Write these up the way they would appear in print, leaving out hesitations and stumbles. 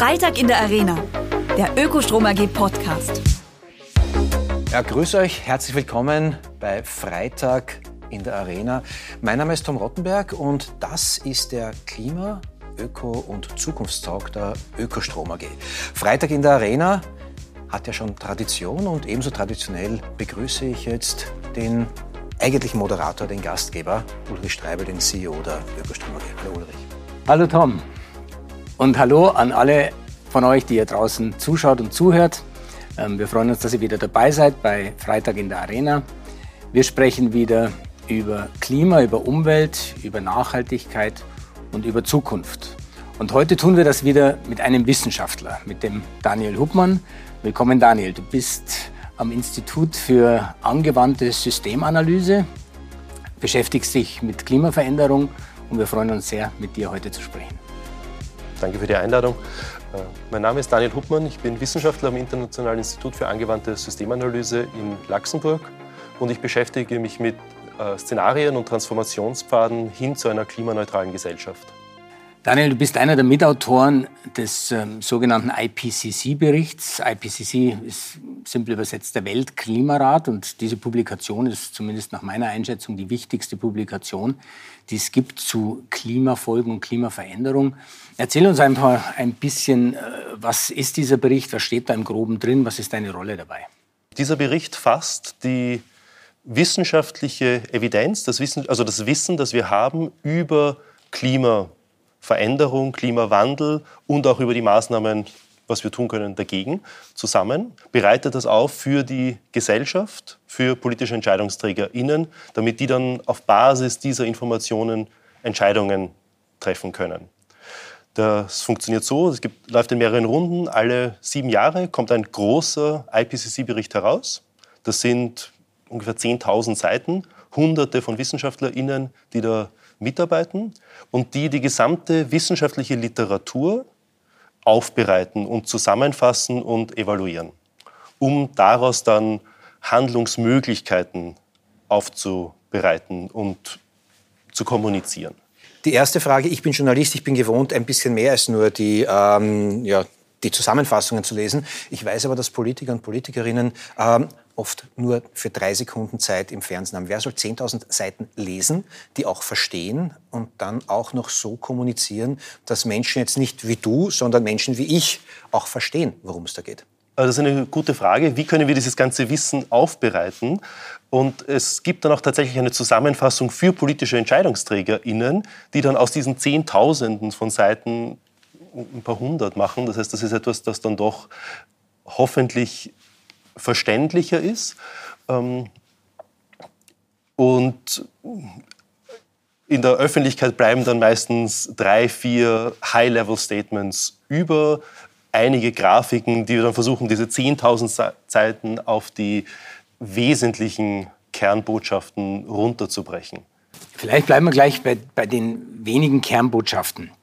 Freitag in der Arena, der Ökostrom AG Podcast. Ja, grüß euch, herzlich willkommen bei Freitag in der Arena. Mein Name ist Tom Rottenberg und das ist der Klima-, Öko- und Zukunftstalk der Ökostrom AG. Freitag in der Arena hat ja schon Tradition und ebenso traditionell begrüße ich jetzt den eigentlichen Moderator, den Gastgeber, Ulrich Streibel, den CEO der Ökostrom AG. Hallo Ulrich. Hallo Tom und hallo an alle von euch, die hier draußen zuschaut und zuhört. Wir freuen uns, dass ihr wieder dabei seid bei Freitag in der Arena. Wir sprechen wieder über Klima, über Umwelt, über Nachhaltigkeit und über Zukunft. Und heute tun wir das wieder mit einem Wissenschaftler, mit dem Daniel Hubmann. Willkommen Daniel, du bist am Institut für angewandte Systemanalyse, beschäftigst dich mit Klimaveränderung und wir freuen uns sehr, mit dir heute zu sprechen. Danke für die Einladung. Mein Name ist Daniel Hubmann, ich bin Wissenschaftler am Internationalen Institut für angewandte Systemanalyse in Luxemburg und ich beschäftige mich mit Szenarien und Transformationspfaden hin zu einer klimaneutralen Gesellschaft. Daniel, du bist einer der Mitautoren des sogenannten IPCC-Berichts. IPCC ist simpel übersetzt der Weltklimarat und diese Publikation ist zumindest nach meiner Einschätzung die wichtigste Publikation, die es gibt zu Klimafolgen und Klimaveränderung. Erzähl uns einfach ein bisschen, was ist dieser Bericht, was steht da im Groben drin, was ist deine Rolle dabei? Dieser Bericht fasst die wissenschaftliche Evidenz, das Wissen, das wir haben über Klimaveränderung, Klimawandel und auch über die Maßnahmen, was wir tun können dagegen, zusammen, bereitet das auf für die Gesellschaft, für politische EntscheidungsträgerInnen, damit die dann auf Basis dieser Informationen Entscheidungen treffen können. Das funktioniert so, läuft in mehreren Runden. Alle 7 Jahre kommt ein großer IPCC-Bericht heraus. Das sind ungefähr 10.000 Seiten, Hunderte von WissenschaftlerInnen, die da mitarbeiten und die die gesamte wissenschaftliche Literatur aufbereiten und zusammenfassen und evaluieren, um daraus dann Handlungsmöglichkeiten aufzubereiten und zu kommunizieren. Die erste Frage, ich bin Journalist, ich bin gewohnt, ein bisschen mehr als nur die Zusammenfassungen zu lesen. Ich weiß aber, dass Politiker und Politikerinnen oft nur für 3 Sekunden Zeit im Fernsehen haben. Wer soll 10.000 Seiten lesen, die auch verstehen und dann auch noch so kommunizieren, dass Menschen jetzt nicht wie du, sondern Menschen wie ich auch verstehen, worum es da geht? Das ist eine gute Frage. Wie können wir dieses ganze Wissen aufbereiten? Und es gibt dann auch tatsächlich eine Zusammenfassung für politische EntscheidungsträgerInnen, die dann aus diesen Zehntausenden von Seiten ein paar hundert machen. Das heißt, das ist etwas, das dann doch hoffentlich verständlicher ist. Und in der Öffentlichkeit bleiben dann meistens 3, 4 High-Level-Statements über, einige Grafiken, die wir dann versuchen, diese 10.000 Seiten auf die wesentlichen Kernbotschaften runterzubrechen. Vielleicht bleiben wir gleich bei den wenigen Kernbotschaften.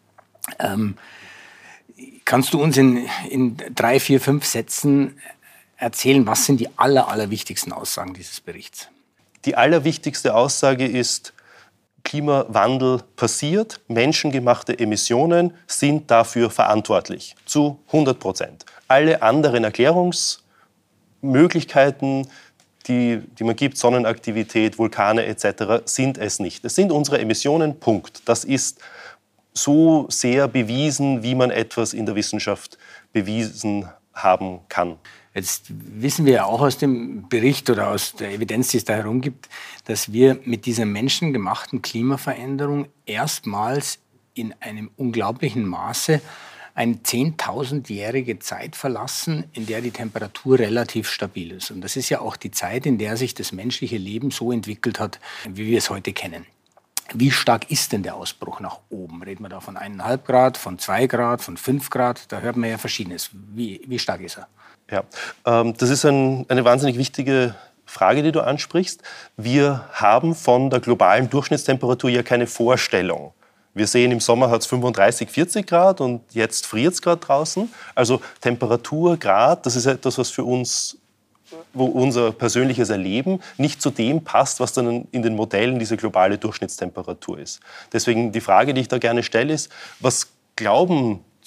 Kannst du uns in 3, 4, 5 Sätzen erzählen, was sind die allerwichtigsten Aussagen dieses Berichts? Die allerwichtigste Aussage ist, Klimawandel passiert, menschengemachte Emissionen sind dafür verantwortlich, zu 100%. Alle anderen Erklärungsmöglichkeiten, die man gibt, Sonnenaktivität, Vulkane etc., sind es nicht. Es sind unsere Emissionen, Punkt. Das ist so sehr bewiesen, wie man etwas in der Wissenschaft bewiesen haben kann. Jetzt wissen wir ja auch aus dem Bericht oder aus der Evidenz, die es da herum gibt, dass wir mit dieser menschengemachten Klimaveränderung erstmals in einem unglaublichen Maße eine 10.000-jährige Zeit verlassen, in der die Temperatur relativ stabil ist. Und das ist ja auch die Zeit, in der sich das menschliche Leben so entwickelt hat, wie wir es heute kennen. Wie stark ist denn der Ausbruch nach oben? Reden wir da von 1,5 Grad, von 2 Grad, von 5 Grad? Da hört man ja Verschiedenes. Wie stark ist er? Ja, das ist eine wahnsinnig wichtige Frage, die du ansprichst. Wir haben von der globalen Durchschnittstemperatur ja keine Vorstellung. Wir sehen, im Sommer hat es 35, 40 Grad und jetzt friert es gerade draußen. Also Temperatur, Grad, das ist etwas, was für uns, wo unser persönliches Erleben nicht zu dem passt, was dann in den Modellen diese globale Durchschnittstemperatur ist. Deswegen die Frage, die ich da gerne stelle, ist, was glauben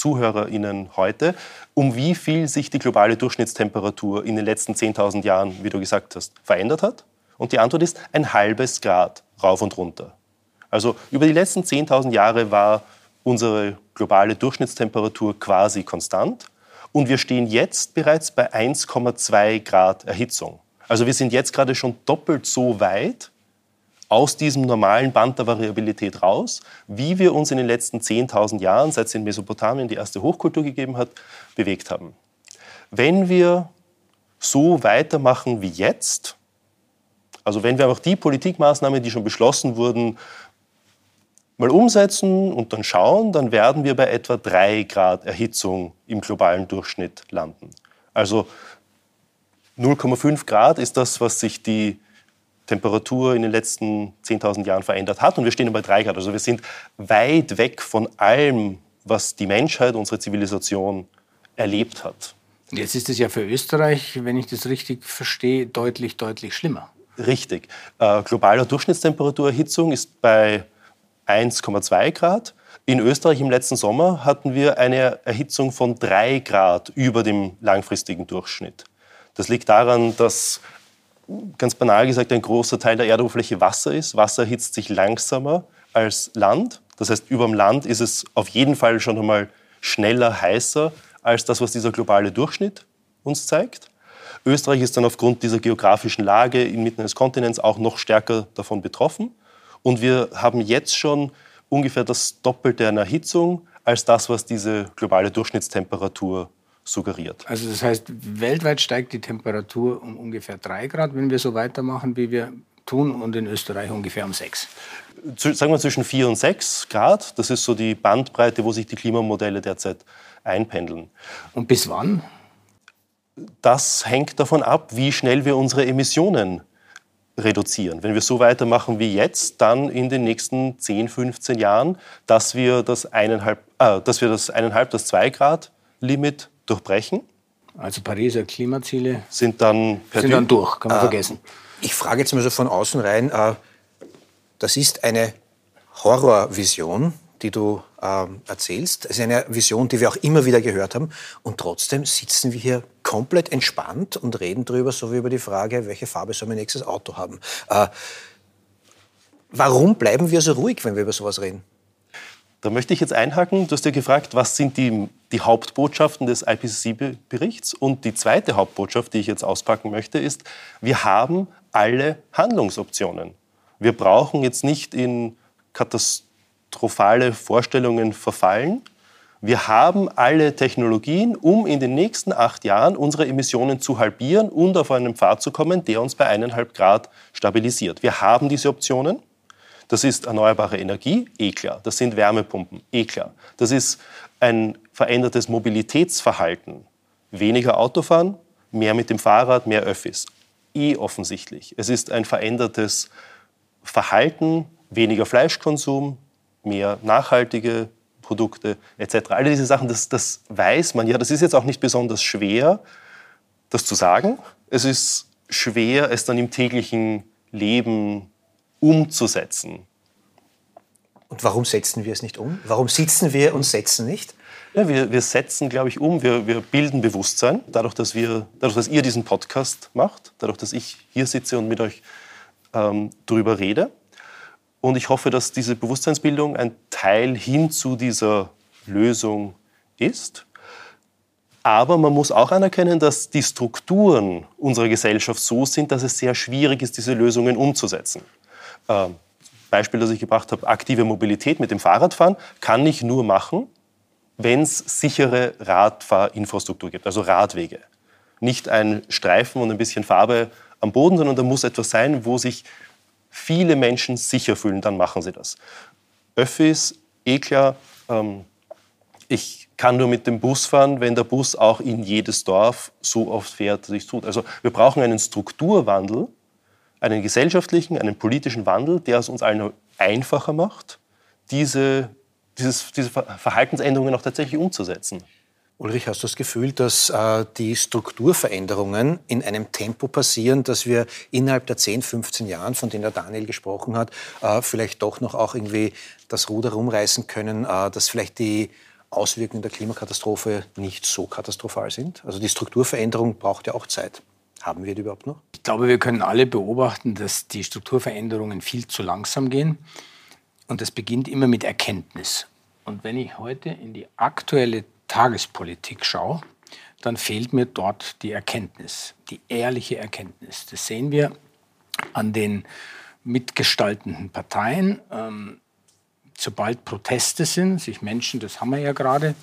ZuhörerInnen heute, um wie viel sich die globale Durchschnittstemperatur in den letzten 10.000 Jahren, wie du gesagt hast, verändert hat. Und die Antwort ist 0,5 Grad rauf und runter. Also über die letzten 10.000 Jahre war unsere globale Durchschnittstemperatur quasi konstant. Und wir stehen jetzt bereits bei 1,2 Grad Erhitzung. Also wir sind jetzt gerade schon doppelt so weit aus diesem normalen Band der Variabilität raus, wie wir uns in den letzten 10.000 Jahren, seit es in Mesopotamien die erste Hochkultur gegeben hat, bewegt haben. Wenn wir so weitermachen wie jetzt, also wenn wir einfach die Politikmaßnahmen, die schon beschlossen wurden, mal umsetzen und dann schauen, dann werden wir bei etwa 3 Grad Erhitzung im globalen Durchschnitt landen. Also 0,5 Grad ist das, was sich die Temperatur in den letzten 10.000 Jahren verändert hat. Und wir stehen bei 3 Grad. Also wir sind weit weg von allem, was die Menschheit, unsere Zivilisation erlebt hat. Jetzt ist es ja für Österreich, wenn ich das richtig verstehe, deutlich, deutlich schlimmer. Richtig. Globale Durchschnittstemperaturerhitzung ist bei 1,2 Grad. In Österreich im letzten Sommer hatten wir eine Erhitzung von 3 Grad über dem langfristigen Durchschnitt. Das liegt daran, dass, ganz banal gesagt, ein großer Teil der Erdoberfläche Wasser ist. Wasser erhitzt sich langsamer als Land. Das heißt, über dem Land ist es auf jeden Fall schon einmal schneller heißer als das, was dieser globale Durchschnitt uns zeigt. Österreich ist dann aufgrund dieser geografischen Lage inmitten des Kontinents auch noch stärker davon betroffen. Und wir haben jetzt schon ungefähr das Doppelte an Erhitzung als das, was diese globale Durchschnittstemperatur suggeriert. Also das heißt, weltweit steigt die Temperatur um ungefähr 3 Grad, wenn wir so weitermachen, wie wir tun, und in Österreich ungefähr um 6. Sagen wir zwischen 4 und 6 Grad. Das ist so die Bandbreite, wo sich die Klimamodelle derzeit einpendeln. Und bis wann? Das hängt davon ab, wie schnell wir unsere Emissionen reduzieren. Wenn wir so weitermachen wie jetzt, dann in den nächsten 10, 15 Jahren, dass wir das 2 Grad Limit durchbrechen. Also Pariser Klimaziele sind dann durch, kann man vergessen. Ich frage jetzt mal so von außen rein, das ist eine Horrorvision, die du erzählst. Es ist eine Vision, die wir auch immer wieder gehört haben. Und trotzdem sitzen wir hier komplett entspannt und reden darüber, so wie über die Frage, welche Farbe soll mein nächstes Auto haben. Warum bleiben wir so ruhig, wenn wir über sowas reden? Da möchte ich jetzt einhaken. Du hast ja gefragt, was sind die Hauptbotschaften des IPCC-Berichts? Und die zweite Hauptbotschaft, die ich jetzt auspacken möchte, ist, wir haben alle Handlungsoptionen. Wir brauchen jetzt nicht in katastrophale Vorstellungen verfallen. Wir haben alle Technologien, um in den nächsten 8 Jahren unsere Emissionen zu halbieren und auf einen Pfad zu kommen, der uns bei 1,5 Grad stabilisiert. Wir haben diese Optionen. Das ist erneuerbare Energie, klar. Das sind Wärmepumpen, klar. Das ist ein verändertes Mobilitätsverhalten. Weniger Autofahren, mehr mit dem Fahrrad, mehr Öffis. Offensichtlich. Es ist ein verändertes Verhalten, weniger Fleischkonsum, mehr nachhaltige Produkte etc. All diese Sachen, das weiß man ja. Das ist jetzt auch nicht besonders schwer, das zu sagen. Es ist schwer, es dann im täglichen Leben umzusetzen. Und warum setzen wir es nicht um? Warum sitzen wir und setzen nicht? Ja, wir setzen, glaube ich, um. Wir bilden Bewusstsein. Dadurch, dass ihr diesen Podcast macht, dadurch, dass ich hier sitze und mit euch darüber rede. Und ich hoffe, dass diese Bewusstseinsbildung ein Teil hin zu dieser Lösung ist. Aber man muss auch anerkennen, dass die Strukturen unserer Gesellschaft so sind, dass es sehr schwierig ist, diese Lösungen umzusetzen. Beispiel, das ich gebracht habe, aktive Mobilität mit dem Fahrradfahren kann ich nur machen, wenn es sichere Radfahrinfrastruktur gibt, also Radwege. Nicht ein Streifen und ein bisschen Farbe am Boden, sondern da muss etwas sein, wo sich viele Menschen sicher fühlen, dann machen sie das. Öffis, klar, ich kann nur mit dem Bus fahren, wenn der Bus auch in jedes Dorf so oft fährt, dass es tut. Also wir brauchen einen Strukturwandel, einen gesellschaftlichen, einen politischen Wandel, der es uns allen einfacher macht, diese Verhaltensänderungen auch tatsächlich umzusetzen. Ulrich, hast du das Gefühl, dass die Strukturveränderungen in einem Tempo passieren, dass wir innerhalb der 10, 15 Jahren, von denen der Daniel gesprochen hat, vielleicht doch noch auch irgendwie das Ruder rumreißen können, dass vielleicht die Auswirkungen der Klimakatastrophe nicht so katastrophal sind? Also die Strukturveränderung braucht ja auch Zeit. Haben wir die überhaupt noch? Ich glaube, wir können alle beobachten, dass die Strukturveränderungen viel zu langsam gehen. Und das beginnt immer mit Erkenntnis. Und wenn ich heute in die aktuelle Tagespolitik schaue, dann fehlt mir dort die Erkenntnis, die ehrliche Erkenntnis. Das sehen wir an den mitgestaltenden Parteien. Sobald Proteste sind, sich Menschen, das haben wir ja gerade,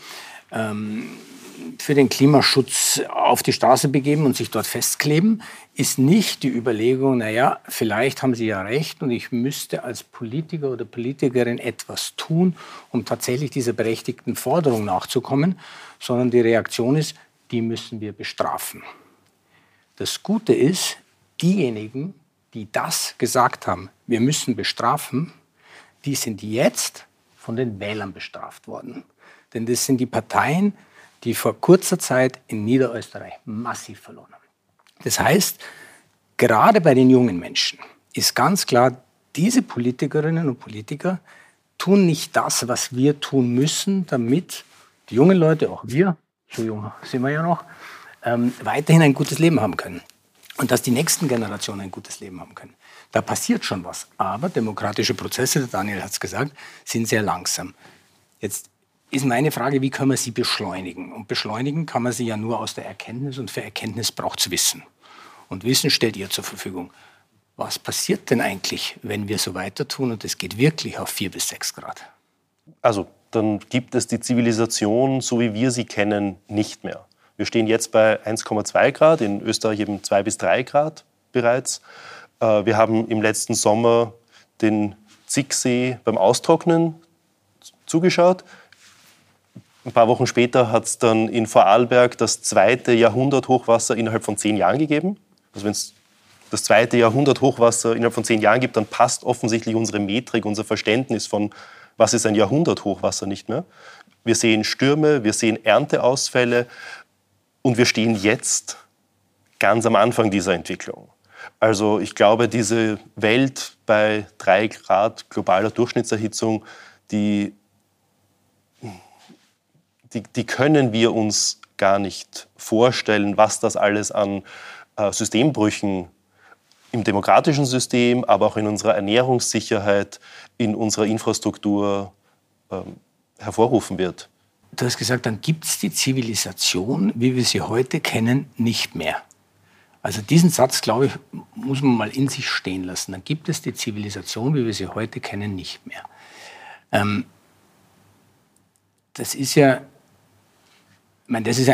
für den Klimaschutz auf die Straße begeben und sich dort festkleben, ist nicht die Überlegung, naja, vielleicht haben Sie ja recht und ich müsste als Politiker oder Politikerin etwas tun, um tatsächlich dieser berechtigten Forderung nachzukommen, sondern die Reaktion ist, die müssen wir bestrafen. Das Gute ist, diejenigen, die das gesagt haben, wir müssen bestrafen, die sind jetzt von den Wählern bestraft worden. Denn das sind die Parteien, die vor kurzer Zeit in Niederösterreich massiv verloren haben. Das heißt, gerade bei den jungen Menschen ist ganz klar, diese Politikerinnen und Politiker tun nicht das, was wir tun müssen, damit die jungen Leute, auch wir, so jung sind wir ja noch, weiterhin ein gutes Leben haben können. Und dass die nächsten Generationen ein gutes Leben haben können. Da passiert schon was. Aber demokratische Prozesse, der Daniel hat es gesagt, sind sehr langsam. Jetzt ist meine Frage, wie können wir sie beschleunigen? Und beschleunigen kann man sie ja nur aus der Erkenntnis. Und für Erkenntnis braucht es Wissen. Und Wissen stellt ihr zur Verfügung. Was passiert denn eigentlich, wenn wir so weiter tun und es geht wirklich auf 4 bis 6 Grad? Also, dann gibt es die Zivilisation, so wie wir sie kennen, nicht mehr. Wir stehen jetzt bei 1,2 Grad, in Österreich eben 2 bis 3 Grad bereits. Wir haben im letzten Sommer den Zicksee beim Austrocknen zugeschaut. Ein paar Wochen später hat es dann in Vorarlberg das 2. Jahrhunderthochwasser innerhalb von 10 Jahren gegeben. Also wenn es das 2. Jahrhunderthochwasser innerhalb von 10 Jahren gibt, dann passt offensichtlich unsere Metrik, unser Verständnis von, was ist ein Jahrhunderthochwasser, nicht mehr. Wir sehen Stürme, wir sehen Ernteausfälle und wir stehen jetzt ganz am Anfang dieser Entwicklung. Also ich glaube, diese Welt bei 3 Grad globaler Durchschnittserhitzung, die können wir uns gar nicht vorstellen, was das alles an Systembrüchen im demokratischen System, aber auch in unserer Ernährungssicherheit, in unserer Infrastruktur hervorrufen wird. Du hast gesagt, dann gibt es die Zivilisation, wie wir sie heute kennen, nicht mehr. Also diesen Satz, glaube ich, muss man mal in sich stehen lassen. Dann gibt es die Zivilisation, wie wir sie heute kennen, nicht mehr. Das ist ja, ich meine, das ist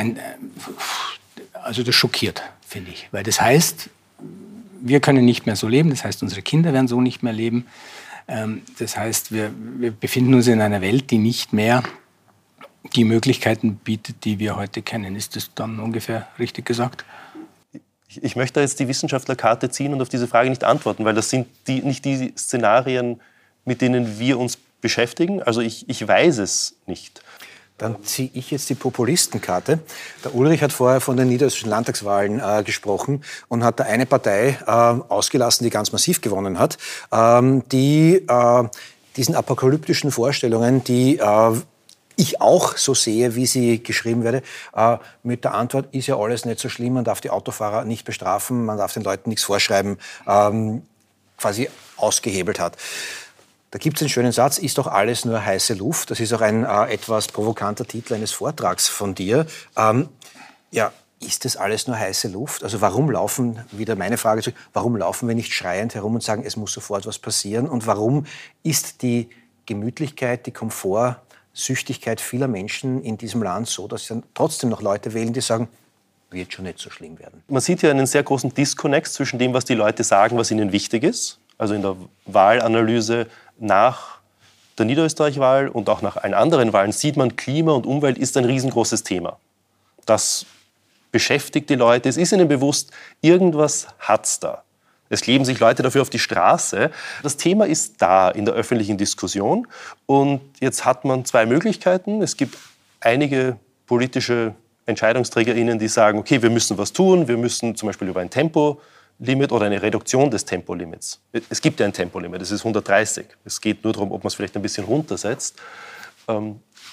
also das schockiert, finde ich. Weil das heißt, wir können nicht mehr so leben, das heißt, unsere Kinder werden so nicht mehr leben. Das heißt, wir befinden uns in einer Welt, die nicht mehr die Möglichkeiten bietet, die wir heute kennen. Ist das dann ungefähr richtig gesagt? Ich möchte jetzt die Wissenschaftlerkarte ziehen und auf diese Frage nicht antworten, weil das sind nicht die Szenarien, mit denen wir uns beschäftigen. Also ich weiß es nicht. Dann ziehe ich jetzt die Populistenkarte. Der Ulrich hat vorher von den niederösterreichischen Landtagswahlen gesprochen und hat da eine Partei ausgelassen, die ganz massiv gewonnen hat, die diesen apokalyptischen Vorstellungen, die ich auch so sehe, wie sie geschrieben werde, mit der Antwort, ist ja alles nicht so schlimm, man darf die Autofahrer nicht bestrafen, man darf den Leuten nichts vorschreiben, quasi ausgehebelt hat. Da gibt es einen schönen Satz, ist doch alles nur heiße Luft. Das ist auch ein etwas provokanter Titel eines Vortrags von dir. Ja, ist das alles nur heiße Luft? Also warum laufen, wieder meine Frage zurück, warum laufen wir nicht schreiend herum und sagen, es muss sofort was passieren? Und warum ist die Gemütlichkeit, die Komfortsüchtigkeit vieler Menschen in diesem Land so, dass dann trotzdem noch Leute wählen, die sagen, wird schon nicht so schlimm werden? Man sieht ja einen sehr großen Disconnect zwischen dem, was die Leute sagen, was ihnen wichtig ist. Also in der Wahlanalyse nach der Niederösterreich-Wahl und auch nach allen anderen Wahlen sieht man, Klima und Umwelt ist ein riesengroßes Thema. Das beschäftigt die Leute. Es ist ihnen bewusst, irgendwas hat's da. Es kleben sich Leute dafür auf die Straße. Das Thema ist da in der öffentlichen Diskussion. Und jetzt hat man 2 Möglichkeiten. Es gibt einige politische EntscheidungsträgerInnen, die sagen, okay, wir müssen was tun. Wir müssen zum Beispiel über ein Tempolimit oder eine Reduktion des Tempolimits. Es gibt ja ein Tempolimit, das ist 130. Es geht nur darum, ob man es vielleicht ein bisschen runtersetzt.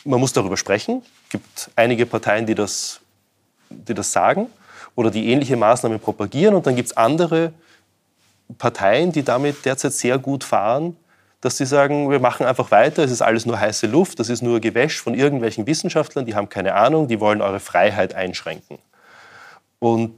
man muss darüber sprechen. Es gibt einige Parteien, die das sagen oder die ähnliche Maßnahmen propagieren. Und dann gibt es andere Parteien, die damit derzeit sehr gut fahren, dass sie sagen, wir machen einfach weiter, es ist alles nur heiße Luft, das ist nur Gewäsch von irgendwelchen Wissenschaftlern, die haben keine Ahnung, die wollen eure Freiheit einschränken. Und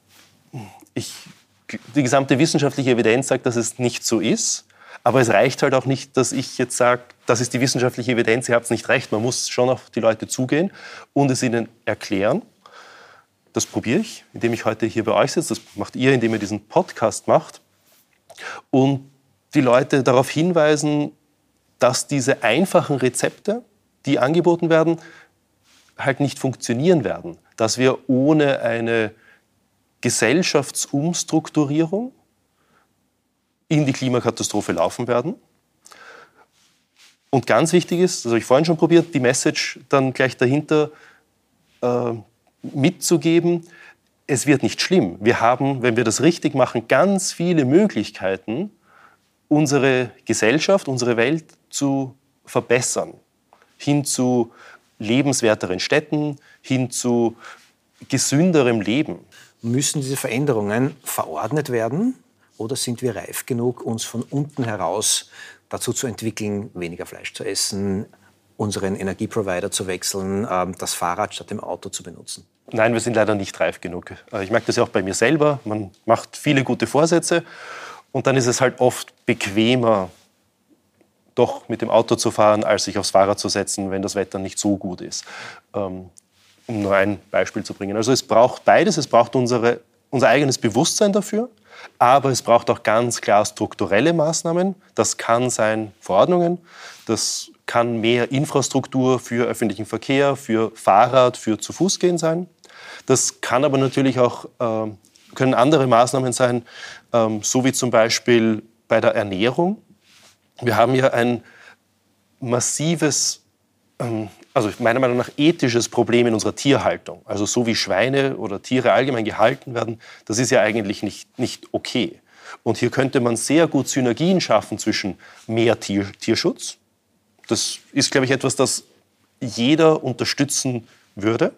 die gesamte wissenschaftliche Evidenz sagt, dass es nicht so ist. Aber es reicht halt auch nicht, dass ich jetzt sage, das ist die wissenschaftliche Evidenz, ihr habt nicht recht. Man muss schon auf die Leute zugehen und es ihnen erklären. Das probiere ich, indem ich heute hier bei euch sitze. Das macht ihr, indem ihr diesen Podcast macht. Und die Leute darauf hinweisen, dass diese einfachen Rezepte, die angeboten werden, halt nicht funktionieren werden. Dass wir ohne eine Gesellschaftsumstrukturierung in die Klimakatastrophe laufen werden. Und ganz wichtig ist, das habe ich vorhin schon probiert, die Message dann gleich dahinter mitzugeben, es wird nicht schlimm. Wir haben, wenn wir das richtig machen, ganz viele Möglichkeiten, unsere Gesellschaft, unsere Welt zu verbessern. Hin zu lebenswerteren Städten, hin zu gesünderem Leben. Müssen diese Veränderungen verordnet werden? Oder sind wir reif genug, uns von unten heraus dazu zu entwickeln, weniger Fleisch zu essen, unseren Energieprovider zu wechseln, das Fahrrad statt dem Auto zu benutzen? Nein, wir sind leider nicht reif genug. Ich merke das ja auch bei mir selber. Man macht viele gute Vorsätze und dann ist es halt oft bequemer, doch mit dem Auto zu fahren, als sich aufs Fahrrad zu setzen, wenn das Wetter nicht so gut ist. Um nur ein Beispiel zu bringen. Also es braucht beides. Es braucht unser eigenes Bewusstsein dafür. Aber es braucht auch ganz klar strukturelle Maßnahmen. Das kann sein Verordnungen, das kann mehr Infrastruktur für öffentlichen Verkehr, für Fahrrad, für Zu-Fuß-Gehen sein. Das kann aber natürlich auch, können andere Maßnahmen sein, so wie zum Beispiel bei der Ernährung. Wir haben ja ein massives, also meiner Meinung nach ethisches Problem in unserer Tierhaltung. Also so wie Schweine oder Tiere allgemein gehalten werden, das ist ja eigentlich nicht okay. Und hier könnte man sehr gut Synergien schaffen zwischen mehr Tierschutz. Das ist, glaube ich, etwas, das jeder unterstützen würde,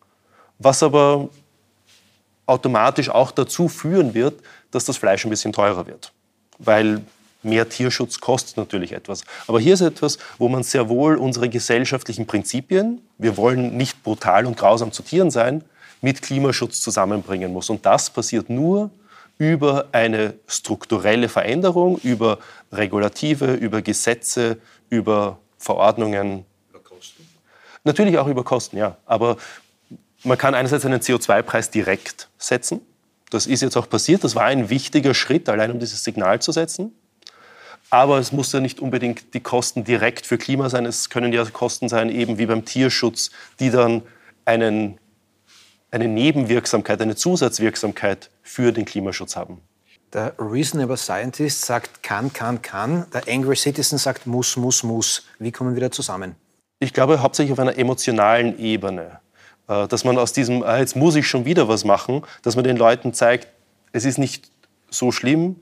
was aber automatisch auch dazu führen wird, dass das Fleisch ein bisschen teurer wird. Weil mehr Tierschutz kostet natürlich etwas. Aber hier ist etwas, wo man sehr wohl unsere gesellschaftlichen Prinzipien, wir wollen nicht brutal und grausam zu Tieren sein, mit Klimaschutz zusammenbringen muss. Und das passiert nur über eine strukturelle Veränderung, über Regulative, über Gesetze, über Verordnungen. Über Kosten? Natürlich auch über Kosten, ja. Aber man kann einerseits einen CO2-Preis direkt setzen. Das ist jetzt auch passiert. Das war ein wichtiger Schritt, allein um dieses Signal zu setzen. Aber es muss ja nicht unbedingt die Kosten direkt für Klima sein. Es können ja Kosten sein, eben wie beim Tierschutz, die dann eine Nebenwirksamkeit, eine Zusatzwirksamkeit für den Klimaschutz haben. Der Reasonable Scientist sagt kann. Der Angry Citizen sagt muss. Wie kommen wir da zusammen? Ich glaube hauptsächlich auf einer emotionalen Ebene. Dass man aus diesem, jetzt muss ich schon wieder was machen, dass man den Leuten zeigt, es ist nicht so schlimm.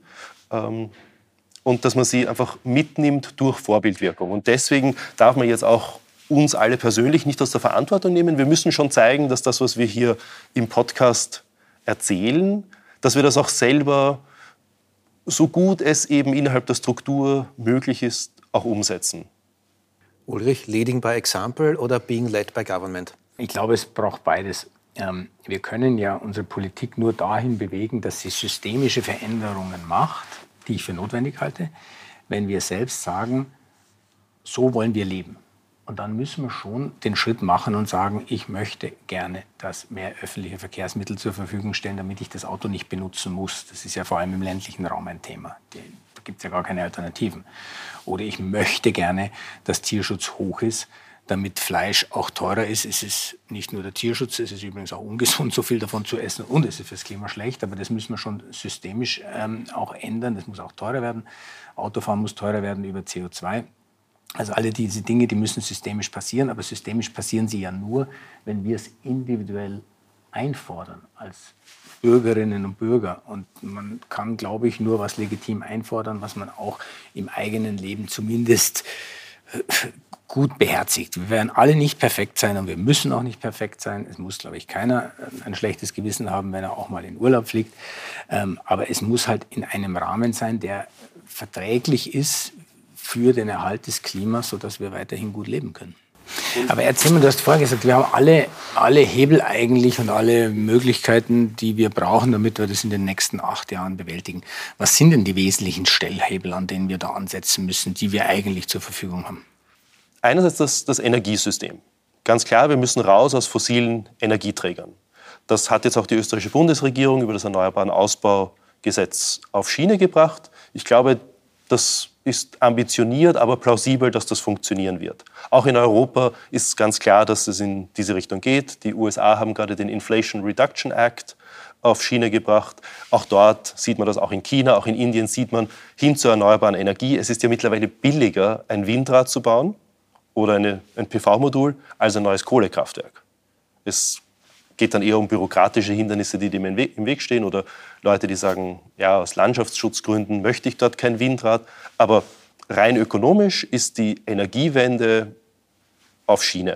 Und dass man sie einfach mitnimmt durch Vorbildwirkung. Und deswegen darf man jetzt auch uns alle persönlich nicht aus der Verantwortung nehmen. Wir müssen schon zeigen, dass das, was wir hier im Podcast erzählen, dass wir das auch selber, so gut es eben innerhalb der Struktur möglich ist, auch umsetzen. Ulrich, leading by example oder being led by government? Ich glaube, es braucht beides. Wir können ja unsere Politik nur dahin bewegen, dass sie systemische Veränderungen macht, die ich für notwendig halte, wenn wir selbst sagen, so wollen wir leben. Und dann müssen wir schon den Schritt machen und sagen, ich möchte gerne, dass mehr öffentliche Verkehrsmittel zur Verfügung stellen, damit ich das Auto nicht benutzen muss. Das ist ja vor allem im ländlichen Raum ein Thema. Da gibt es ja gar keine Alternativen. Oder ich möchte gerne, dass Tierschutz hoch ist, damit Fleisch auch teurer ist. Es ist nicht nur der Tierschutz, es ist übrigens auch ungesund, so viel davon zu essen, und es ist fürs Klima schlecht, aber das müssen wir schon systemisch auch ändern. Das muss auch teurer werden. Autofahren muss teurer werden über CO2. Also alle diese Dinge, die müssen systemisch passieren, aber systemisch passieren sie ja nur, wenn wir es individuell einfordern als Bürgerinnen und Bürger. Und man kann, glaube ich, nur was legitim einfordern, was man auch im eigenen Leben zumindest gut beherzigt. Wir werden alle nicht perfekt sein und wir müssen auch nicht perfekt sein. Es muss, glaube ich, keiner ein schlechtes Gewissen haben, wenn er auch mal in Urlaub fliegt. Aber es muss halt in einem Rahmen sein, der verträglich ist für den Erhalt des Klimas, sodass wir weiterhin gut leben können. Aber erzähl mir, du hast vorher gesagt, wir haben alle Hebel eigentlich und alle Möglichkeiten, die wir brauchen, damit wir das in den nächsten 8 Jahren bewältigen. Was sind denn die wesentlichen Stellhebel, an denen wir da ansetzen müssen, die wir eigentlich zur Verfügung haben? Einerseits das Energiesystem. Ganz klar, wir müssen raus aus fossilen Energieträgern. Das hat jetzt auch die österreichische Bundesregierung über das Erneuerbaren Ausbaugesetz auf Schiene gebracht. Ich glaube, das ist ambitioniert, aber plausibel, dass das funktionieren wird. Auch in Europa ist ganz klar, dass es in diese Richtung geht. Die USA haben gerade den Inflation Reduction Act auf Schiene gebracht. Auch dort sieht man das, auch in China, auch in Indien sieht man hin zur erneuerbaren Energie. Es ist ja mittlerweile billiger, ein Windrad zu bauen oder ein PV-Modul als ein neues Kohlekraftwerk. Es geht dann eher um bürokratische Hindernisse, die dem im Weg stehen oder Leute, die sagen, ja, aus Landschaftsschutzgründen möchte ich dort kein Windrad. Aber rein ökonomisch ist die Energiewende auf Schiene.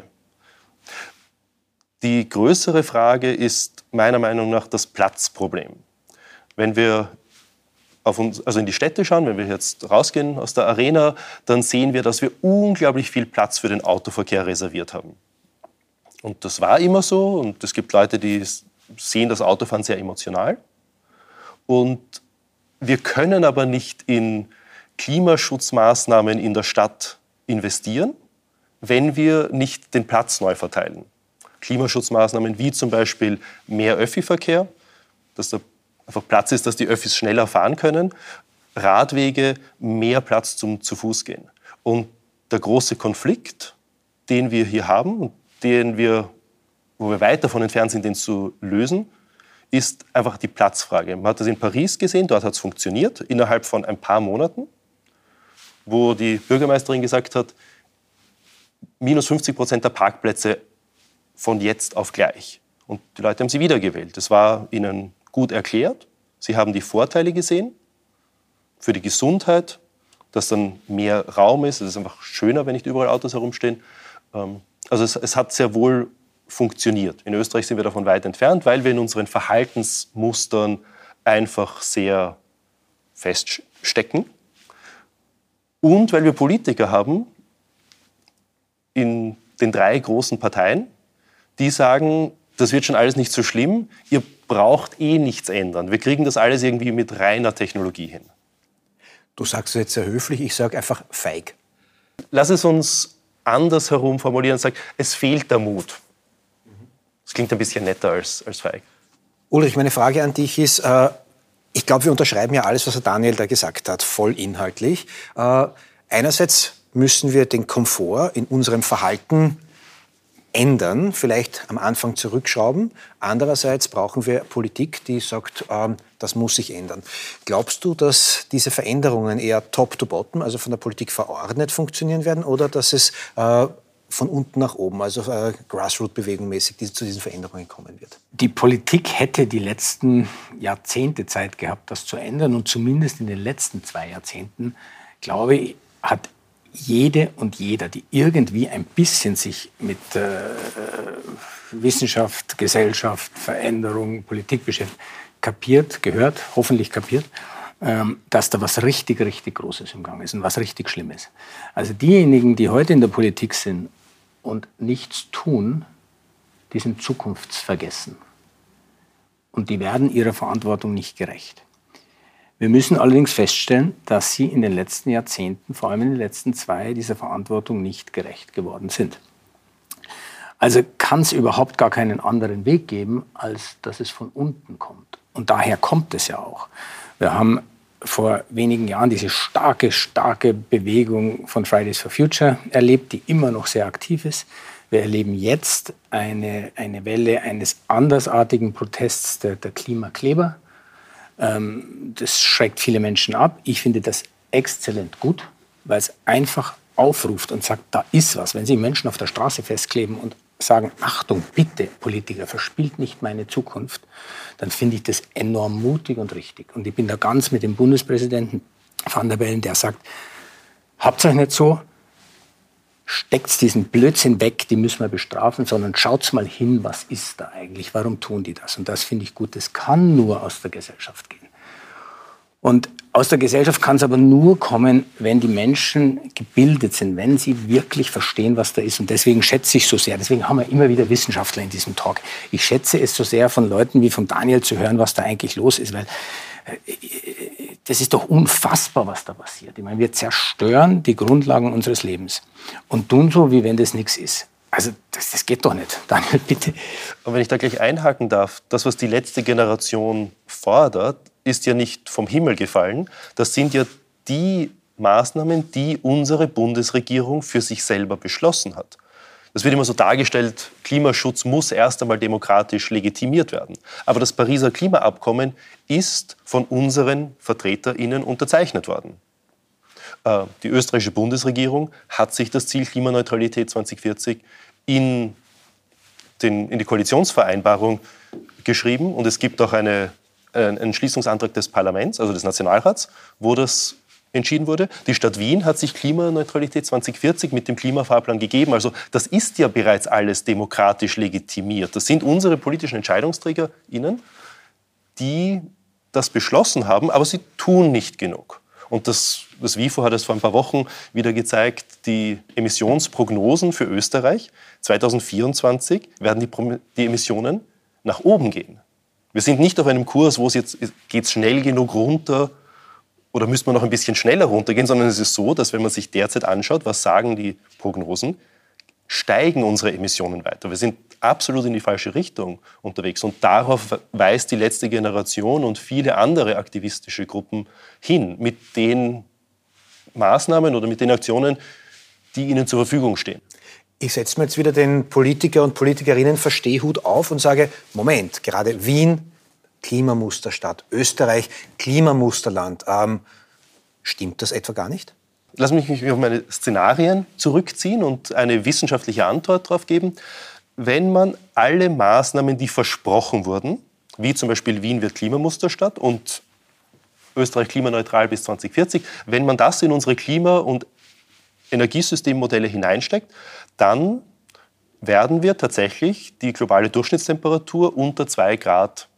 Die größere Frage ist meiner Meinung nach das Platzproblem. Wenn wir in die Städte schauen, wenn wir jetzt rausgehen aus der Arena, dann sehen wir, dass wir unglaublich viel Platz für den Autoverkehr reserviert haben. Und das war immer so. Und es gibt Leute, die sehen das Autofahren sehr emotional. Und wir können aber nicht in Klimaschutzmaßnahmen in der Stadt investieren, wenn wir nicht den Platz neu verteilen. Klimaschutzmaßnahmen wie zum Beispiel mehr Öffi-Verkehr, dass da einfach Platz ist, dass die Öffis schneller fahren können, Radwege, mehr Platz zum Zu-Fuß-Gehen. Und der große Konflikt, den wir hier haben und wo wir weit davon entfernt sind, den zu lösen, ist einfach die Platzfrage. Man hat das in Paris gesehen, dort hat es funktioniert, innerhalb von ein paar Monaten, wo die Bürgermeisterin gesagt hat, minus 50% der Parkplätze von jetzt auf gleich. Und die Leute haben sie wiedergewählt. Das war ihnen gut erklärt. Sie haben die Vorteile gesehen für die Gesundheit, dass dann mehr Raum ist. Es ist einfach schöner, wenn nicht überall Autos herumstehen. Also es hat sehr wohl funktioniert. In Österreich sind wir davon weit entfernt, weil wir in unseren Verhaltensmustern einfach sehr feststecken. Und weil wir Politiker haben in den 3 großen Parteien, die sagen, das wird schon alles nicht so schlimm, ihr braucht nichts ändern. Wir kriegen das alles irgendwie mit reiner Technologie hin. Du sagst es jetzt sehr höflich, ich sage einfach feig. Lass es uns andersherum formulieren und sagen, es fehlt der Mut. Das klingt ein bisschen netter als feig. Ulrich, meine Frage an dich ist, ich glaube, wir unterschreiben ja alles, was der Daniel da gesagt hat, voll inhaltlich. Einerseits müssen wir den Komfort in unserem Verhalten ändern, vielleicht am Anfang zurückschrauben. Andererseits brauchen wir Politik, die sagt, das muss sich ändern. Glaubst du, dass diese Veränderungen eher top to bottom, also von der Politik verordnet funktionieren werden, oder dass es von unten nach oben, also Grassroot-Bewegung mäßig, zu diesen Veränderungen kommen wird? Die Politik hätte die letzten Jahrzehnte Zeit gehabt, das zu ändern. Und zumindest in den letzten 2 Jahrzehnten, glaube ich, hat jede und jeder, die irgendwie ein bisschen sich mit Wissenschaft, Gesellschaft, Veränderung, Politik beschäftigt, hoffentlich kapiert, dass da was richtig, richtig Großes im Gang ist und was richtig Schlimmes. Also diejenigen, die heute in der Politik sind und nichts tun, die sind zukunftsvergessen. Und die werden ihrer Verantwortung nicht gerecht. Wir müssen allerdings feststellen, dass sie in den letzten Jahrzehnten, vor allem in den letzten 2, dieser Verantwortung nicht gerecht geworden sind. Also kann es überhaupt gar keinen anderen Weg geben, als dass es von unten kommt. Und daher kommt es ja auch. Wir haben vor wenigen Jahren diese starke Bewegung von Fridays for Future erlebt, die immer noch sehr aktiv ist. Wir erleben jetzt eine Welle eines andersartigen Protests der Klimakleber. Das schreckt viele Menschen ab. Ich finde das exzellent gut, weil es einfach aufruft und sagt, da ist was. Wenn Sie Menschen auf der Straße festkleben und sagen, Achtung, bitte, Politiker, verspielt nicht meine Zukunft, dann finde ich das enorm mutig und richtig. Und ich bin da ganz mit dem Bundespräsidenten Van der Bellen, der sagt, habt's euch nicht so, steckt diesen Blödsinn weg, die müssen wir bestrafen, sondern schaut mal hin, was ist da eigentlich, warum tun die das? Und das finde ich gut, das kann nur aus der Gesellschaft gehen. Und aus der Gesellschaft kann es aber nur kommen, wenn die Menschen gebildet sind, wenn sie wirklich verstehen, was da ist. Und deswegen schätze ich so sehr, deswegen haben wir immer wieder Wissenschaftler in diesem Talk. Ich schätze es so sehr, von Leuten wie von Daniel zu hören, was da eigentlich los ist, weil das ist doch unfassbar, was da passiert. Ich meine, wir zerstören die Grundlagen unseres Lebens und tun so, wie wenn das nichts ist. Also das geht doch nicht. Daniel, bitte. Und wenn ich da gleich einhaken darf, das, was die letzte Generation fordert, ist ja nicht vom Himmel gefallen. Das sind ja die Maßnahmen, die unsere Bundesregierung für sich selber beschlossen hat. Das wird immer so dargestellt, Klimaschutz muss erst einmal demokratisch legitimiert werden. Aber das Pariser Klimaabkommen ist von unseren VertreterInnen unterzeichnet worden. Die österreichische Bundesregierung hat sich das Ziel Klimaneutralität 2040 in die Koalitionsvereinbarung geschrieben. Und es gibt auch einen Entschließungsantrag des Parlaments, also des Nationalrats, wo das entschieden wurde. Die Stadt Wien hat sich Klimaneutralität 2040 mit dem Klimafahrplan gegeben. Also das ist ja bereits alles demokratisch legitimiert. Das sind unsere politischen EntscheidungsträgerInnen, die das beschlossen haben, aber sie tun nicht genug. Und das WIFO hat es vor ein paar Wochen wieder gezeigt, die Emissionsprognosen für Österreich 2024 werden die Emissionen nach oben gehen. Wir sind nicht auf einem Kurs, wo es jetzt geht's schnell genug runter oder müsste man noch ein bisschen schneller runtergehen, sondern es ist so, dass wenn man sich derzeit anschaut, was sagen die Prognosen, steigen unsere Emissionen weiter. Wir sind absolut in die falsche Richtung unterwegs. Und darauf weist die letzte Generation und viele andere aktivistische Gruppen hin, mit den Maßnahmen oder mit den Aktionen, die ihnen zur Verfügung stehen. Ich setze mir jetzt wieder den Politiker und Politikerinnen Verstehhut auf und sage, Moment, gerade Wien, Klimamusterstadt, Österreich, Klimamusterland. Stimmt das etwa gar nicht? Lass mich auf meine Szenarien zurückziehen und eine wissenschaftliche Antwort darauf geben. Wenn man alle Maßnahmen, die versprochen wurden, wie zum Beispiel Wien wird Klimamusterstadt und Österreich klimaneutral bis 2040, wenn man das in unsere Klima- und Energiesystemmodelle hineinsteckt, dann werden wir tatsächlich die globale Durchschnittstemperatur unter 2 Grad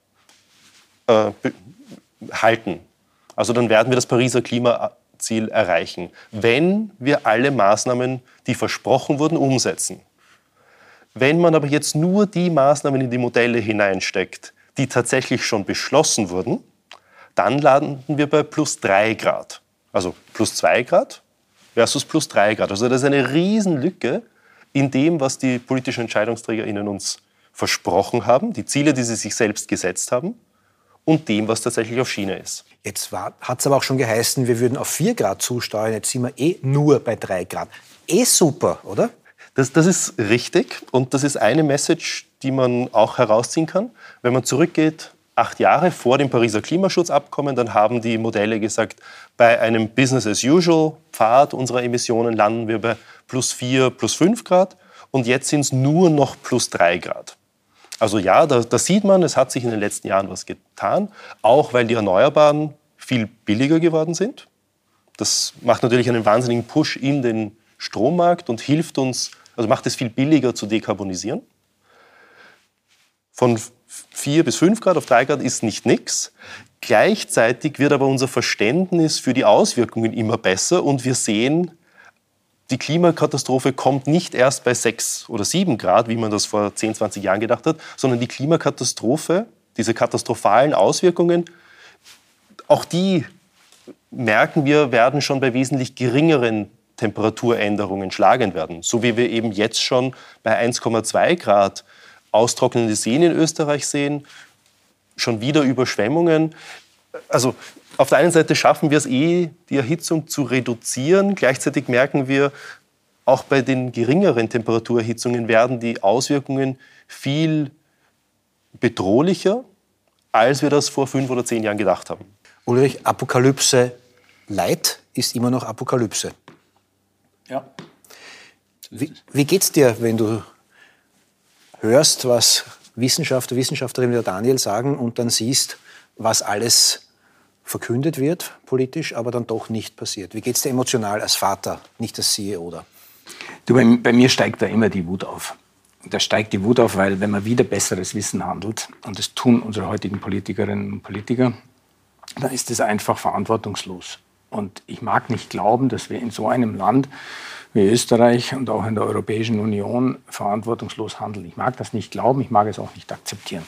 halten. Also dann werden wir das Pariser Klimaziel erreichen, wenn wir alle Maßnahmen, die versprochen wurden, umsetzen. Wenn man aber jetzt nur die Maßnahmen in die Modelle hineinsteckt, die tatsächlich schon beschlossen wurden, dann landen wir bei plus 3 Grad. Also plus 2 Grad versus plus 3 Grad. Also das ist eine Riesenlücke in dem, was die politischen EntscheidungsträgerInnen uns versprochen haben, die Ziele, die sie sich selbst gesetzt haben, und dem, was tatsächlich auf Schiene ist. Jetzt hat es aber auch schon geheißen, wir würden auf 4 Grad zusteuern. Jetzt sind wir nur bei 3 Grad. Super, oder? Das ist richtig und das ist eine Message, die man auch herausziehen kann. Wenn man zurückgeht, 8 Jahre vor dem Pariser Klimaschutzabkommen, dann haben die Modelle gesagt, bei einem Business-as-usual-Pfad unserer Emissionen landen wir bei plus 4, plus 5 Grad und jetzt sind es nur noch plus 3 Grad. Also ja, da sieht man, es hat sich in den letzten Jahren was getan, auch weil die Erneuerbaren viel billiger geworden sind. Das macht natürlich einen wahnsinnigen Push in den Strommarkt und hilft uns, also macht es viel billiger zu dekarbonisieren. Von 4 bis 5 Grad auf 3 Grad ist nicht nix. Gleichzeitig wird aber unser Verständnis für die Auswirkungen immer besser und wir sehen, die Klimakatastrophe kommt nicht erst bei 6 oder 7 Grad, wie man das vor 10, 20 Jahren gedacht hat, sondern die Klimakatastrophe, diese katastrophalen Auswirkungen, auch die merken wir, werden schon bei wesentlich geringeren Temperaturänderungen schlagend werden. So wie wir eben jetzt schon bei 1,2 Grad austrocknende Seen in Österreich sehen, schon wieder Überschwemmungen. Also auf der einen Seite schaffen wir es die Erhitzung zu reduzieren. Gleichzeitig merken wir, auch bei den geringeren Temperaturerhitzungen werden die Auswirkungen viel bedrohlicher, als wir das vor 5 oder 10 Jahren gedacht haben. Ulrich, Apokalypse Light ist immer noch Apokalypse. Ja. Wie geht's dir, wenn du hörst, was Wissenschaftlerinnen wie der Daniel sagen und dann siehst, was alles verkündet wird, politisch, aber dann doch nicht passiert? Wie geht's dir emotional als Vater, nicht als CEO? Oder? Bei mir steigt da immer die Wut auf. Da steigt die Wut auf, weil wenn man wieder besseres Wissen handelt, und das tun unsere heutigen Politikerinnen und Politiker, dann ist das einfach verantwortungslos. Und ich mag nicht glauben, dass wir in so einem Land wie Österreich und auch in der Europäischen Union verantwortungslos handeln. Ich mag das nicht glauben, ich mag es auch nicht akzeptieren.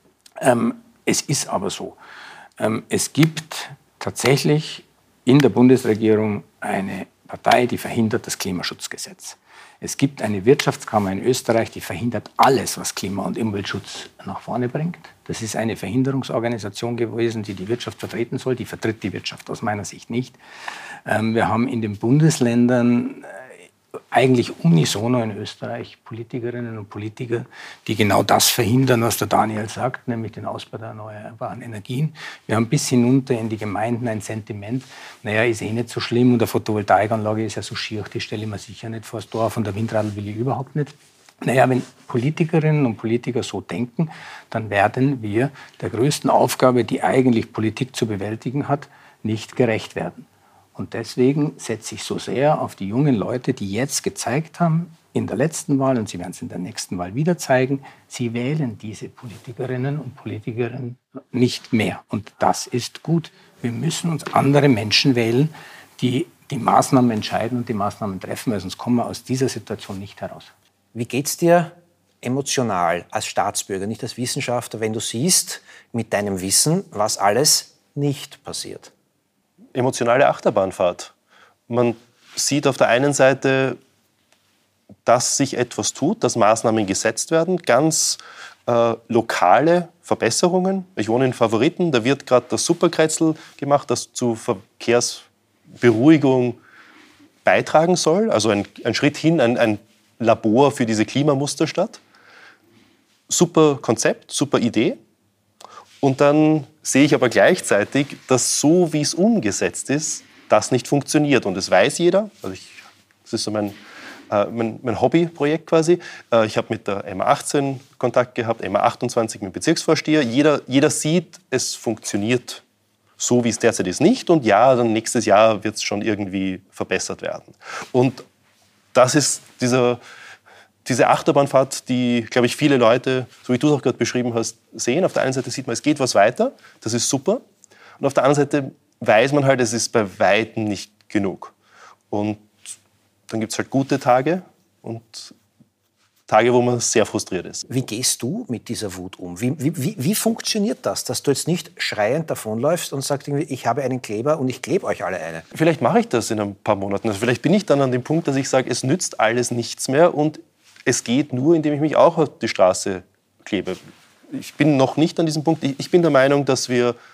Es ist aber so. Es gibt tatsächlich in der Bundesregierung eine Partei, die verhindert das Klimaschutzgesetz. Es gibt eine Wirtschaftskammer in Österreich, die verhindert alles, was Klima- und Umweltschutz nach vorne bringt. Das ist eine Verhinderungsorganisation gewesen, die die Wirtschaft vertreten soll. Die vertritt die Wirtschaft aus meiner Sicht nicht. Wir haben in den Bundesländern eigentlich unisono in Österreich Politikerinnen und Politiker, die genau das verhindern, was der Daniel sagt, nämlich den Ausbau der erneuerbaren Energien. Wir haben bis hinunter in die Gemeinden ein Sentiment, naja, ist eh nicht so schlimm und eine Photovoltaikanlage ist ja so schier, die stelle ich mir sicher nicht vor das Dorf und der Windradl will ich überhaupt nicht. Naja, wenn Politikerinnen und Politiker so denken, dann werden wir der größten Aufgabe, die eigentlich Politik zu bewältigen hat, nicht gerecht werden. Und deswegen setze ich so sehr auf die jungen Leute, die jetzt gezeigt haben, in der letzten Wahl, und sie werden es in der nächsten Wahl wieder zeigen, sie wählen diese Politikerinnen und Politiker nicht mehr. Und das ist gut. Wir müssen uns andere Menschen wählen, die die Maßnahmen entscheiden und die Maßnahmen treffen, weil sonst kommen wir aus dieser Situation nicht heraus. Wie geht's dir emotional als Staatsbürger, nicht als Wissenschaftler, wenn du siehst, mit deinem Wissen, was alles nicht passiert? Emotionale Achterbahnfahrt. Man sieht auf der einen Seite, dass sich etwas tut, dass Maßnahmen gesetzt werden, ganz lokale Verbesserungen. Ich wohne in Favoriten, da wird gerade das Superkretzel gemacht, das zu Verkehrsberuhigung beitragen soll. Also ein Schritt hin, ein Labor für diese Klimamusterstadt. Super Konzept, super Idee. Und dann sehe ich aber gleichzeitig, dass so, wie es umgesetzt ist, das nicht funktioniert. Und das weiß jeder. Also das ist so mein Hobbyprojekt quasi. Ich habe mit der MA18 Kontakt gehabt, MA28 mit dem Bezirksvorsteher. Jeder sieht, es funktioniert so, wie es derzeit ist, nicht. Und ja, dann nächstes Jahr wird es schon irgendwie verbessert werden. Und das ist diese Achterbahnfahrt, die, glaube ich, viele Leute, so wie du es auch gerade beschrieben hast, sehen. Auf der einen Seite sieht man, es geht was weiter, das ist super. Und auf der anderen Seite weiß man halt, es ist bei Weitem nicht genug. Und dann gibt es halt gute Tage und Tage, wo man sehr frustriert ist. Wie gehst du mit dieser Wut um? Wie funktioniert das, dass du jetzt nicht schreiend davonläufst und sagst, irgendwie, ich habe einen Kleber und ich klebe euch alle eine? Vielleicht mache ich das in ein paar Monaten. Also vielleicht bin ich dann an dem Punkt, dass ich sage, es nützt alles nichts mehr und es geht nur, indem ich mich auch auf die Straße klebe. Ich bin noch nicht an diesem Punkt. Ich bin der Meinung, dass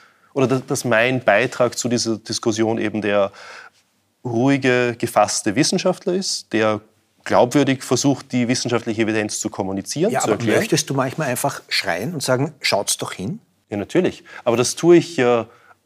mein Beitrag zu dieser Diskussion eben der ruhige, gefasste Wissenschaftler ist, der glaubwürdig versucht, die wissenschaftliche Evidenz zu kommunizieren, ja, zu erklären. Aber möchtest du manchmal einfach schreien und sagen, schaut's doch hin? Ja, natürlich. Aber das tue ich ja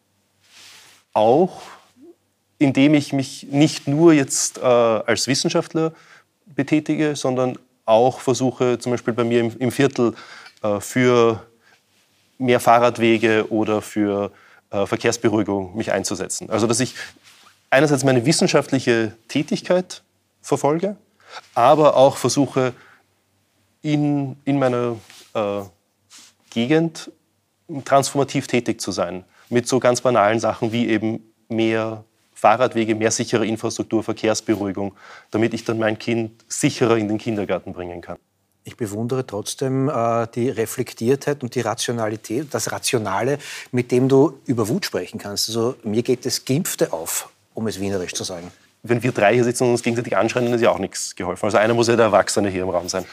auch, indem ich mich nicht nur jetzt als Wissenschaftler betätige, sondern auch versuche, zum Beispiel bei mir im Viertel für mehr Fahrradwege oder für Verkehrsberuhigung mich einzusetzen. Also dass ich einerseits meine wissenschaftliche Tätigkeit verfolge, aber auch versuche, in meiner Gegend transformativ tätig zu sein. Mit so ganz banalen Sachen wie eben mehr Fahrradwege, mehr sichere Infrastruktur, Verkehrsberuhigung, damit ich dann mein Kind sicherer in den Kindergarten bringen kann. Ich bewundere trotzdem die Reflektiertheit und die Rationalität, das Rationale, mit dem du über Wut sprechen kannst. Also mir geht das Gimpfte auf, um es wienerisch zu sagen. Wenn wir drei hier sitzen und uns gegenseitig anschreien, dann ist ja auch nichts geholfen. Also einer muss ja der Erwachsene hier im Raum sein.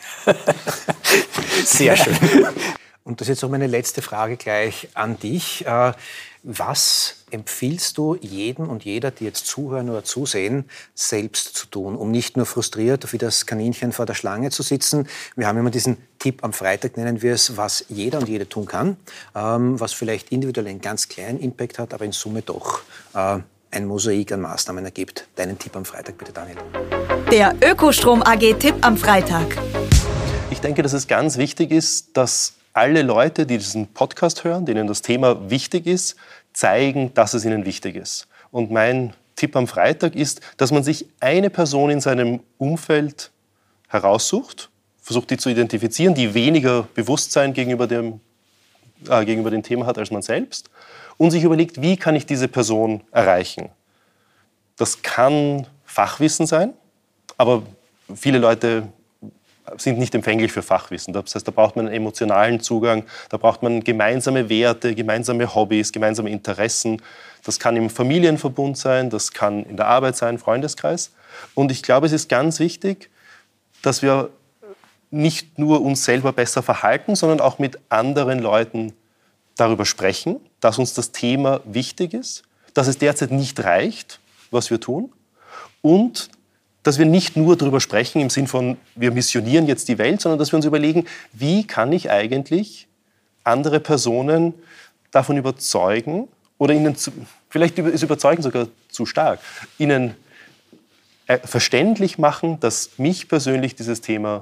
Sehr schön. Und das ist jetzt auch meine letzte Frage gleich an dich. Was empfiehlst du jedem und jeder, die jetzt zuhören oder zusehen, selbst zu tun, um nicht nur frustriert wie das Kaninchen vor der Schlange zu sitzen? Wir haben immer diesen Tipp am Freitag, nennen wir es, was jeder und jede tun kann, was vielleicht individuell einen ganz kleinen Impact hat, aber in Summe doch ein Mosaik an Maßnahmen ergibt. Deinen Tipp am Freitag, bitte, Daniel. Der Ökostrom AG-Tipp am Freitag. Ich denke, dass es ganz wichtig ist, dass alle Leute, die diesen Podcast hören, denen das Thema wichtig ist, zeigen, dass es ihnen wichtig ist. Und mein Tipp am Freitag ist, dass man sich eine Person in seinem Umfeld heraussucht, versucht die zu identifizieren, die weniger Bewusstsein gegenüber dem Thema hat als man selbst und sich überlegt, wie kann ich diese Person erreichen. Das kann Fachwissen sein, aber viele Leute sind nicht empfänglich für Fachwissen. Das heißt, da braucht man einen emotionalen Zugang, da braucht man gemeinsame Werte, gemeinsame Hobbys, gemeinsame Interessen. Das kann im Familienverbund sein, das kann in der Arbeit sein, Freundeskreis. Und ich glaube, es ist ganz wichtig, dass wir nicht nur uns selber besser verhalten, sondern auch mit anderen Leuten darüber sprechen, dass uns das Thema wichtig ist, dass es derzeit nicht reicht, was wir tun und dass wir nicht nur darüber sprechen im Sinn von, wir missionieren jetzt die Welt, sondern dass wir uns überlegen, wie kann ich eigentlich andere Personen davon überzeugen oder ihnen, vielleicht ist Überzeugen sogar zu stark, ihnen verständlich machen, dass mich persönlich dieses Thema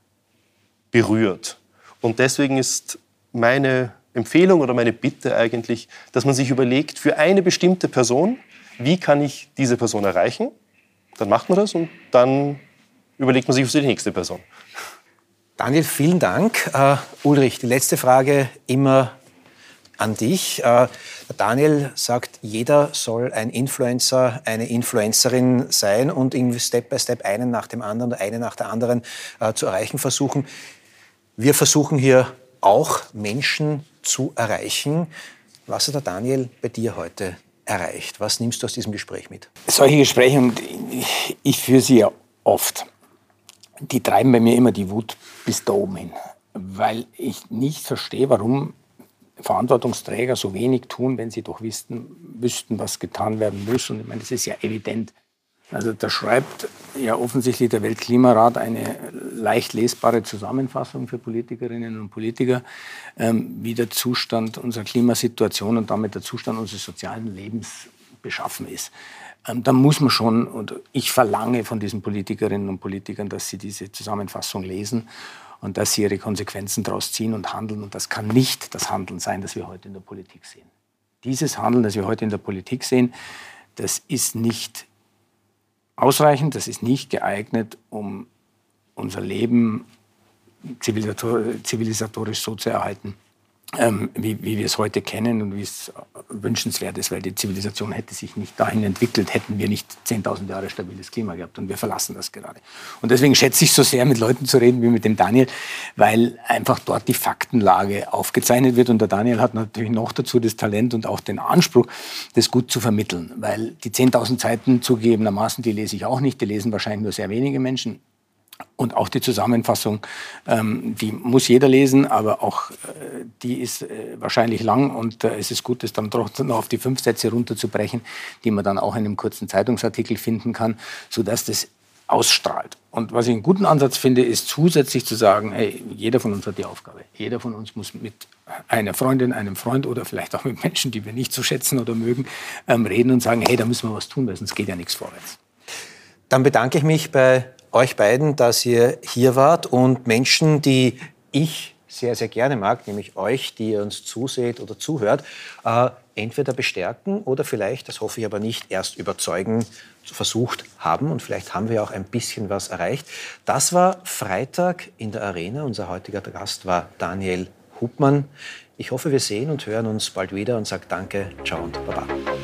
berührt. Und deswegen ist meine Empfehlung oder meine Bitte eigentlich, dass man sich überlegt, für eine bestimmte Person, wie kann ich diese Person erreichen? Dann macht man das und dann überlegt man sich für die nächste Person. Daniel, vielen Dank. Ulrich, die letzte Frage immer an dich. Daniel sagt, jeder soll ein Influencer, eine Influencerin sein und irgendwie Step by Step einen nach dem anderen oder eine nach der anderen zu erreichen versuchen. Wir versuchen hier auch Menschen zu erreichen. Was hat der Daniel bei dir heute erreicht? Was nimmst du aus diesem Gespräch mit? Solche Gespräche, und ich führe sie ja oft, die treiben bei mir immer die Wut bis da oben hin. Weil ich nicht verstehe, warum Verantwortungsträger so wenig tun, wenn sie doch wüssten, was getan werden muss. Und ich meine, das ist ja evident. Also da schreibt ja offensichtlich der Weltklimarat eine leicht lesbare Zusammenfassung für Politikerinnen und Politiker, wie der Zustand unserer Klimasituation und damit der Zustand unseres sozialen Lebens beschaffen ist. Da muss man schon, und ich verlange von diesen Politikerinnen und Politikern, dass sie diese Zusammenfassung lesen und dass sie ihre Konsequenzen daraus ziehen und handeln. Und das kann nicht das Handeln sein, das wir heute in der Politik sehen. Dieses Handeln, das wir heute in der Politik sehen, das ist nicht ausreichend, das ist nicht geeignet, um unser Leben zivilisatorisch so zu erhalten, wie wir es heute kennen und wie es wünschenswert ist, weil die Zivilisation hätte sich nicht dahin entwickelt, hätten wir nicht 10.000 Jahre stabiles Klima gehabt und wir verlassen das gerade. Und deswegen schätze ich so sehr, mit Leuten zu reden wie mit dem Daniel, weil einfach dort die Faktenlage aufgezeichnet wird und der Daniel hat natürlich noch dazu das Talent und auch den Anspruch, das gut zu vermitteln, weil die 10.000 Seiten zugegebenermaßen, die lese ich auch nicht, die lesen wahrscheinlich nur sehr wenige Menschen. Und auch die Zusammenfassung, die muss jeder lesen, aber auch die ist wahrscheinlich lang und es ist gut, das dann trotzdem noch auf die 5 Sätze runterzubrechen, die man dann auch in einem kurzen Zeitungsartikel finden kann, sodass das ausstrahlt. Und was ich einen guten Ansatz finde, ist zusätzlich zu sagen, hey, jeder von uns hat die Aufgabe. Jeder von uns muss mit einer Freundin, einem Freund oder vielleicht auch mit Menschen, die wir nicht so schätzen oder mögen, reden und sagen, hey, da müssen wir was tun, weil sonst geht ja nichts vorwärts. Dann bedanke ich mich bei euch beiden, dass ihr hier wart und Menschen, die ich sehr, sehr gerne mag, nämlich euch, die ihr uns zuseht oder zuhört, entweder bestärken oder vielleicht, das hoffe ich aber nicht, erst überzeugen versucht haben und vielleicht haben wir auch ein bisschen was erreicht. Das war Freitag in der Arena. Unser heutiger Gast war Daniel Hupmann. Ich hoffe, wir sehen und hören uns bald wieder und sage danke, ciao und baba.